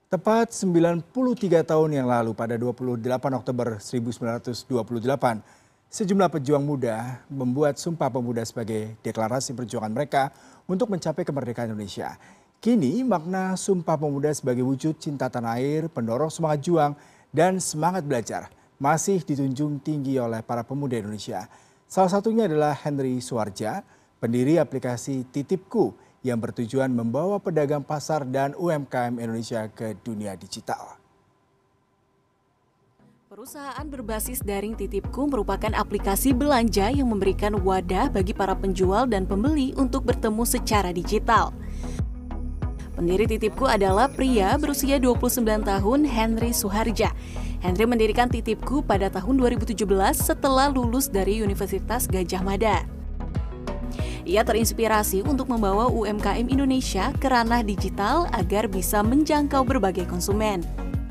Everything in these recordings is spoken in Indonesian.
Tepat 93 tahun yang lalu pada 28 Oktober 1928, sejumlah pejuang muda membuat Sumpah Pemuda sebagai deklarasi perjuangan mereka untuk mencapai kemerdekaan Indonesia. Kini makna Sumpah Pemuda sebagai wujud cinta tanah air, pendorong semangat juang, dan semangat belajar masih dijunjung tinggi oleh para pemuda Indonesia. Salah satunya adalah Henry Suharja, pendiri aplikasi Titipku yang bertujuan membawa pedagang pasar dan UMKM Indonesia ke dunia digital. Perusahaan berbasis daring Titipku merupakan aplikasi belanja yang memberikan wadah bagi para penjual dan pembeli untuk bertemu secara digital. Pendiri Titipku adalah pria berusia 29 tahun, Henry Suharja. Henry mendirikan Titipku pada tahun 2017 setelah lulus dari Universitas Gadjah Mada. Ia terinspirasi untuk membawa UMKM Indonesia ke ranah digital agar bisa menjangkau berbagai konsumen.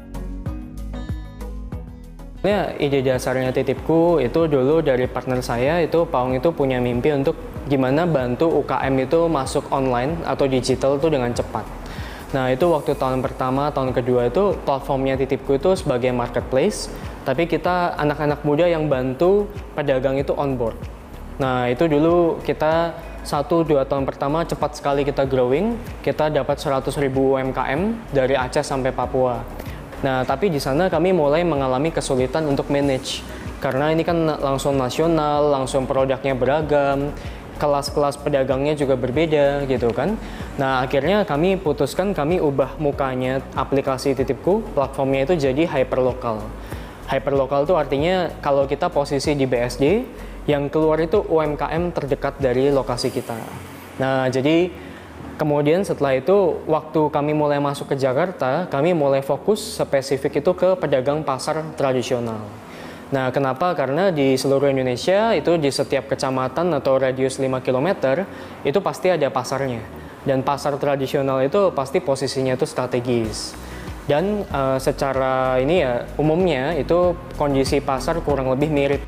Ide dasarnya Titipku itu dulu dari partner saya, itu Paung itu punya mimpi untuk gimana bantu UKM itu masuk online atau digital itu dengan cepat. Nah itu waktu tahun pertama, tahun kedua itu platformnya Titipku itu sebagai marketplace, tapi kita anak-anak muda yang bantu pedagang itu onboard. Nah itu dulu kita 1-2 tahun pertama cepat sekali kita growing, kita dapat 100.000 UMKM dari Aceh sampai Papua. Nah tapi di sana kami mulai mengalami kesulitan untuk manage, karena ini kan langsung nasional, langsung produknya beragam, kelas-kelas pedagangnya juga berbeda gitu kan. Nah akhirnya kami putuskan kami ubah mukanya aplikasi Titipku, platformnya itu jadi hyperlocal. Hyperlocal itu artinya kalau kita posisi di BSD, yang keluar itu UMKM terdekat dari lokasi kita. Nah, jadi kemudian setelah itu waktu kami mulai masuk ke Jakarta, kami mulai fokus spesifik itu ke pedagang pasar tradisional. Nah, kenapa? Karena di seluruh Indonesia itu di setiap kecamatan atau radius 5 km itu pasti ada pasarnya. Dan pasar tradisional itu pasti posisinya itu strategis. Dan secara ini ya umumnya itu kondisi pasar kurang lebih mirip.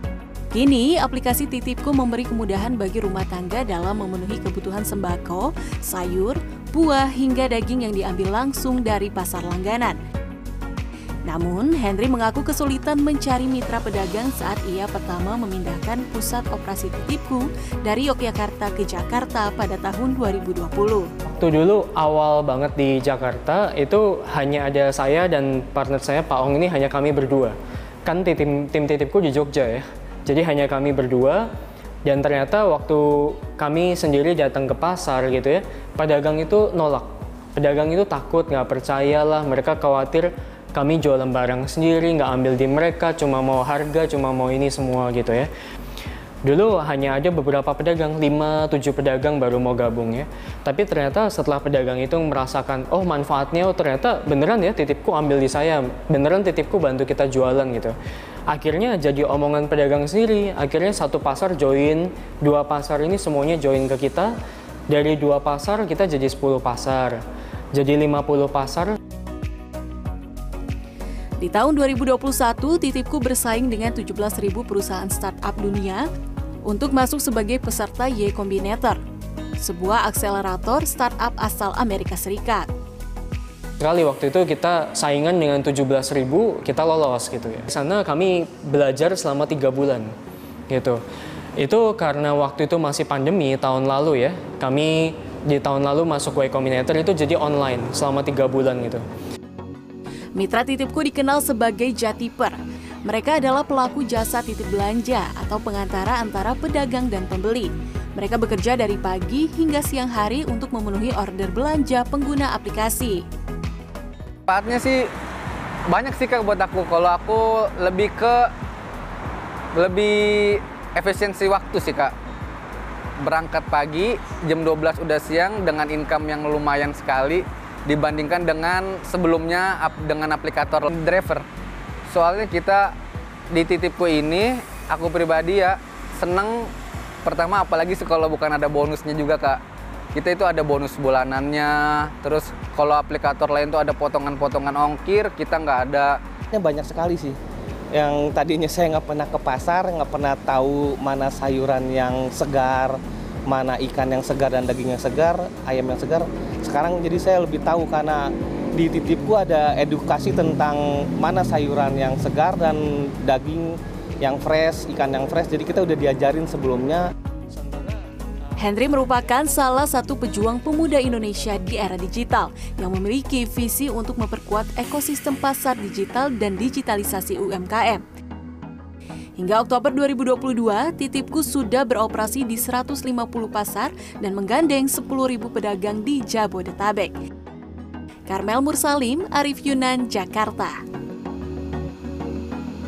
Kini, aplikasi Titipku memberi kemudahan bagi rumah tangga dalam memenuhi kebutuhan sembako, sayur, buah, hingga daging yang diambil langsung dari pasar langganan. Namun, Henry mengaku kesulitan mencari mitra pedagang saat ia pertama memindahkan pusat operasi Titipku dari Yogyakarta ke Jakarta pada tahun 2020. Waktu dulu awal banget di Jakarta, itu hanya ada saya dan partner saya, Pak Ong ini hanya kami berdua. Kan tim Titipku di Jogja ya. Jadi hanya kami berdua, dan ternyata waktu kami sendiri datang ke pasar gitu ya, pedagang itu nolak. Pedagang itu takut, nggak percaya lah, mereka khawatir kami jualan barang sendiri, nggak ambil di mereka, cuma mau harga, cuma mau ini semua gitu ya. Dulu hanya ada beberapa pedagang, 5-7 pedagang baru mau gabung ya. Tapi ternyata setelah pedagang itu merasakan, oh manfaatnya, oh ternyata beneran ya Titipku ambil di saya, beneran Titipku bantu kita jualan gitu. Akhirnya jadi omongan pedagang sendiri, akhirnya satu pasar join, 2 pasar ini semuanya join ke kita. Dari 2 pasar kita jadi 10 pasar, jadi 50 pasar. Di tahun 2021, Titipku bersaing dengan 17.000 perusahaan startup dunia untuk masuk sebagai peserta Y Combinator, sebuah akselerator startup asal Amerika Serikat. Sekali waktu itu kita saingan dengan 17.000, kita lolos gitu ya. Di sana kami belajar selama 3 bulan gitu. Itu karena waktu itu masih pandemi tahun lalu ya. Kami di tahun lalu masuk Y Combinator itu jadi online selama 3 bulan gitu. Mitra Titipku dikenal sebagai Jatiper. Mereka adalah pelaku jasa titip belanja atau pengantara antara pedagang dan pembeli. Mereka bekerja dari pagi hingga siang hari untuk memenuhi order belanja pengguna aplikasi. Manfaatnya sih banyak sih Kak buat aku. Kalau aku lebih efisiensi waktu sih Kak. Berangkat pagi, jam 12 udah siang dengan income yang lumayan sekali dibandingkan dengan sebelumnya dengan aplikator driver. Soalnya kita di Titipku ini, aku pribadi ya seneng, pertama apalagi kalau bukan ada bonusnya juga Kak. Kita itu ada bonus bulanannya, terus kalau aplikator lain tuh ada potongan-potongan ongkir, kita nggak ada. Banyak sekali sih, yang tadinya saya nggak pernah ke pasar, nggak pernah tahu mana sayuran yang segar, mana ikan yang segar dan daging yang segar, ayam yang segar. Sekarang jadi saya lebih tahu karena di Titipku ada edukasi tentang mana sayuran yang segar dan daging yang fresh, ikan yang fresh. Jadi kita udah diajarin sebelumnya. Henry merupakan salah satu pejuang pemuda Indonesia di era digital yang memiliki visi untuk memperkuat ekosistem pasar digital dan digitalisasi UMKM. Hingga Oktober 2022, Titipku sudah beroperasi di 150 pasar dan menggandeng 10.000 pedagang di Jabodetabek. Karmel Mursalim, Arif Yunan, Jakarta.